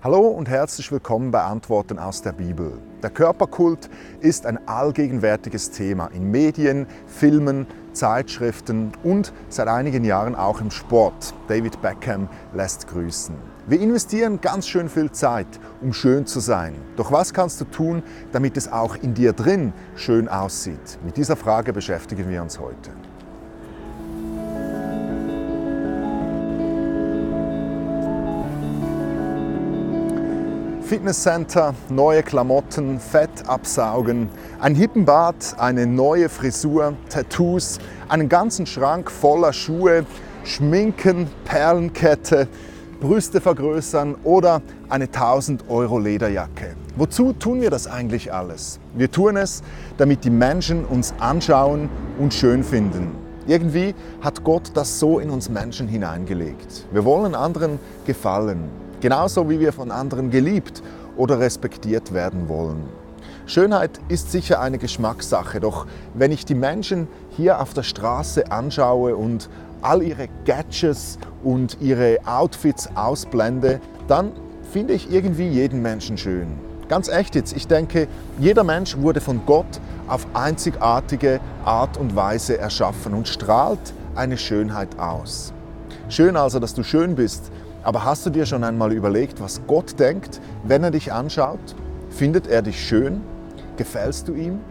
Hallo und herzlich willkommen bei Antworten aus der Bibel. Der Körperkult ist ein allgegenwärtiges Thema in Medien, Filmen, Zeitschriften und seit einigen Jahren auch im Sport. David Beckham lässt grüßen. Wir investieren ganz schön viel Zeit, um schön zu sein. Doch was kannst du tun, damit es auch in dir drin schön aussieht? Mit dieser Frage beschäftigen wir uns heute. Fitnesscenter, neue Klamotten, Fett absaugen, ein hippen Bart, eine neue Frisur, Tattoos, einen ganzen Schrank voller Schuhe, Schminken, Perlenkette, Brüste vergrößern oder eine 1000 € Lederjacke. Wozu tun wir das eigentlich alles? Wir tun es, damit die Menschen uns anschauen und schön finden. Irgendwie hat Gott das so in uns Menschen hineingelegt. Wir wollen anderen gefallen. Genauso wie wir von anderen geliebt oder respektiert werden wollen. Schönheit ist sicher eine Geschmackssache, doch wenn ich die Menschen hier auf der Straße anschaue und all ihre Gadgets und ihre Outfits ausblende, dann finde ich irgendwie jeden Menschen schön. Ganz echt jetzt, ich denke, jeder Mensch wurde von Gott auf einzigartige Art und Weise erschaffen und strahlt eine Schönheit aus. Schön also, dass du schön bist. Aber hast du dir schon einmal überlegt, was Gott denkt, wenn er dich anschaut? Findet er dich schön? Gefällst du ihm?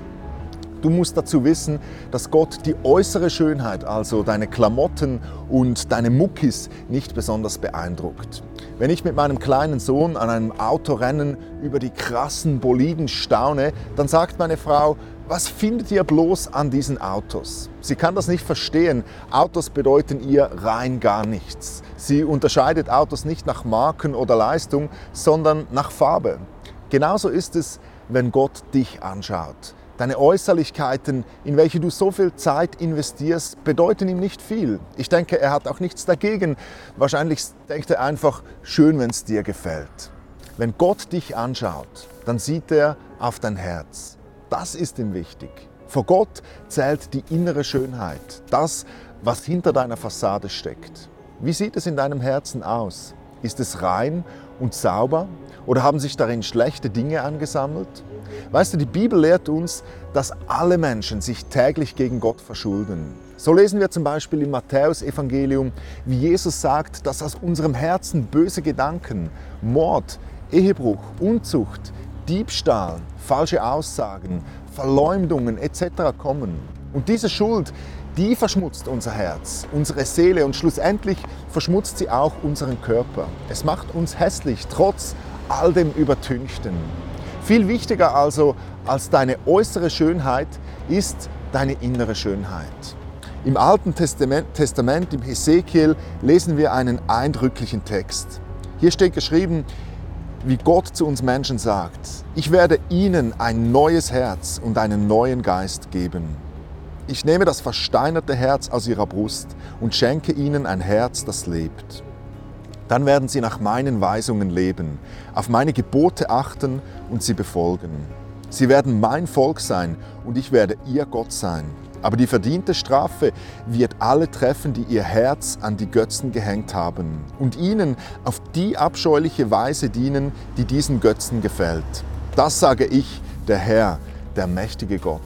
Du musst dazu wissen, dass Gott die äußere Schönheit, also deine Klamotten und deine Muckis, nicht besonders beeindruckt. Wenn ich mit meinem kleinen Sohn an einem Autorennen über die krassen Boliden staune, dann sagt meine Frau: Was findet ihr bloß an diesen Autos? Sie kann das nicht verstehen. Autos bedeuten ihr rein gar nichts. Sie unterscheidet Autos nicht nach Marken oder Leistung, sondern nach Farbe. Genauso ist es, wenn Gott dich anschaut. Deine Äußerlichkeiten, in welche du so viel Zeit investierst, bedeuten ihm nicht viel. Ich denke, er hat auch nichts dagegen. Wahrscheinlich denkt er einfach, schön, wenn es dir gefällt. Wenn Gott dich anschaut, dann sieht er auf dein Herz. Das ist ihm wichtig. Vor Gott zählt die innere Schönheit, das, was hinter deiner Fassade steckt. Wie sieht es in deinem Herzen aus? Ist es rein und sauber oder haben sich darin schlechte Dinge angesammelt? Weißt du, die Bibel lehrt uns, dass alle Menschen sich täglich gegen Gott verschulden. So lesen wir zum Beispiel im Matthäus-Evangelium, wie Jesus sagt, dass aus unserem Herzen böse Gedanken, Mord, Ehebruch, Unzucht, Diebstahl, falsche Aussagen, Verleumdungen etc. kommen. Und diese Schuld, die verschmutzt unser Herz, unsere Seele und schlussendlich verschmutzt sie auch unseren Körper. Es macht uns hässlich, trotz all dem Übertünchten. Viel wichtiger also als deine äußere Schönheit ist deine innere Schönheit. Im Alten Testament, im Hesekiel, lesen wir einen eindrücklichen Text. Hier steht geschrieben, wie Gott zu uns Menschen sagt: Ich werde ihnen ein neues Herz und einen neuen Geist geben. Ich nehme das versteinerte Herz aus ihrer Brust und schenke ihnen ein Herz, das lebt. Dann werden sie nach meinen Weisungen leben, auf meine Gebote achten und sie befolgen. Sie werden mein Volk sein und ich werde ihr Gott sein. Aber die verdiente Strafe wird alle treffen, die ihr Herz an die Götzen gehängt haben und ihnen auf die abscheuliche Weise dienen, die diesen Götzen gefällt. Das sage ich, der Herr, der mächtige Gott.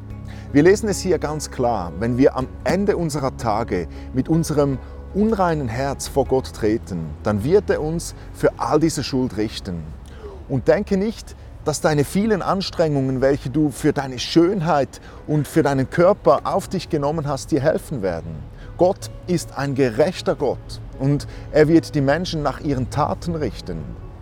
Wir lesen es hier ganz klar: Wenn wir am Ende unserer Tage mit unserem unreinen Herz vor Gott treten, dann wird er uns für all diese Schuld richten. Und denke nicht, dass deine vielen Anstrengungen, welche du für deine Schönheit und für deinen Körper auf dich genommen hast, dir helfen werden. Gott ist ein gerechter Gott und er wird die Menschen nach ihren Taten richten.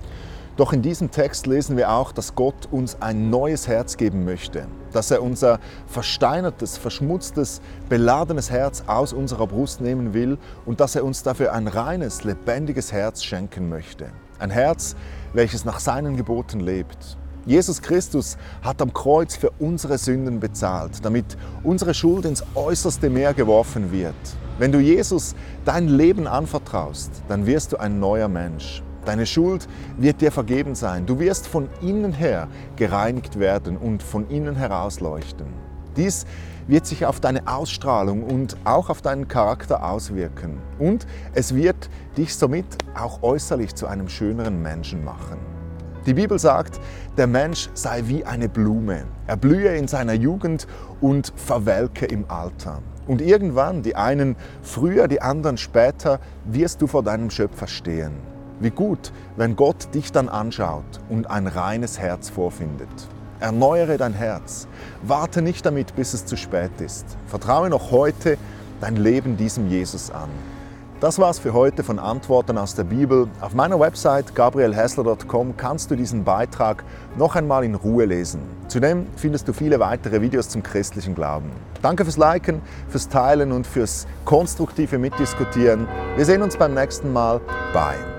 Doch in diesem Text lesen wir auch, dass Gott uns ein neues Herz geben möchte, dass er unser versteinertes, verschmutztes, beladenes Herz aus unserer Brust nehmen will und dass er uns dafür ein reines, lebendiges Herz schenken möchte. Ein Herz, welches nach seinen Geboten lebt. Jesus Christus hat am Kreuz für unsere Sünden bezahlt, damit unsere Schuld ins äußerste Meer geworfen wird. Wenn du Jesus dein Leben anvertraust, dann wirst du ein neuer Mensch. Deine Schuld wird dir vergeben sein. Du wirst von innen her gereinigt werden und von innen herausleuchten. Dies wird sich auf deine Ausstrahlung und auch auf deinen Charakter auswirken. Und es wird dich somit auch äußerlich zu einem schöneren Menschen machen. Die Bibel sagt, der Mensch sei wie eine Blume. Er blühe in seiner Jugend und verwelke im Alter. Und irgendwann, die einen früher, die anderen später, wirst du vor deinem Schöpfer stehen. Wie gut, wenn Gott dich dann anschaut und ein reines Herz vorfindet. Erneuere dein Herz. Warte nicht damit, bis es zu spät ist. Vertraue noch heute dein Leben diesem Jesus an. Das war's für heute von Antworten aus der Bibel. Auf meiner Website gabrielhäsler.com kannst du diesen Beitrag noch einmal in Ruhe lesen. Zudem findest du viele weitere Videos zum christlichen Glauben. Danke fürs Liken, fürs Teilen und fürs konstruktive Mitdiskutieren. Wir sehen uns beim nächsten Mal. Bye.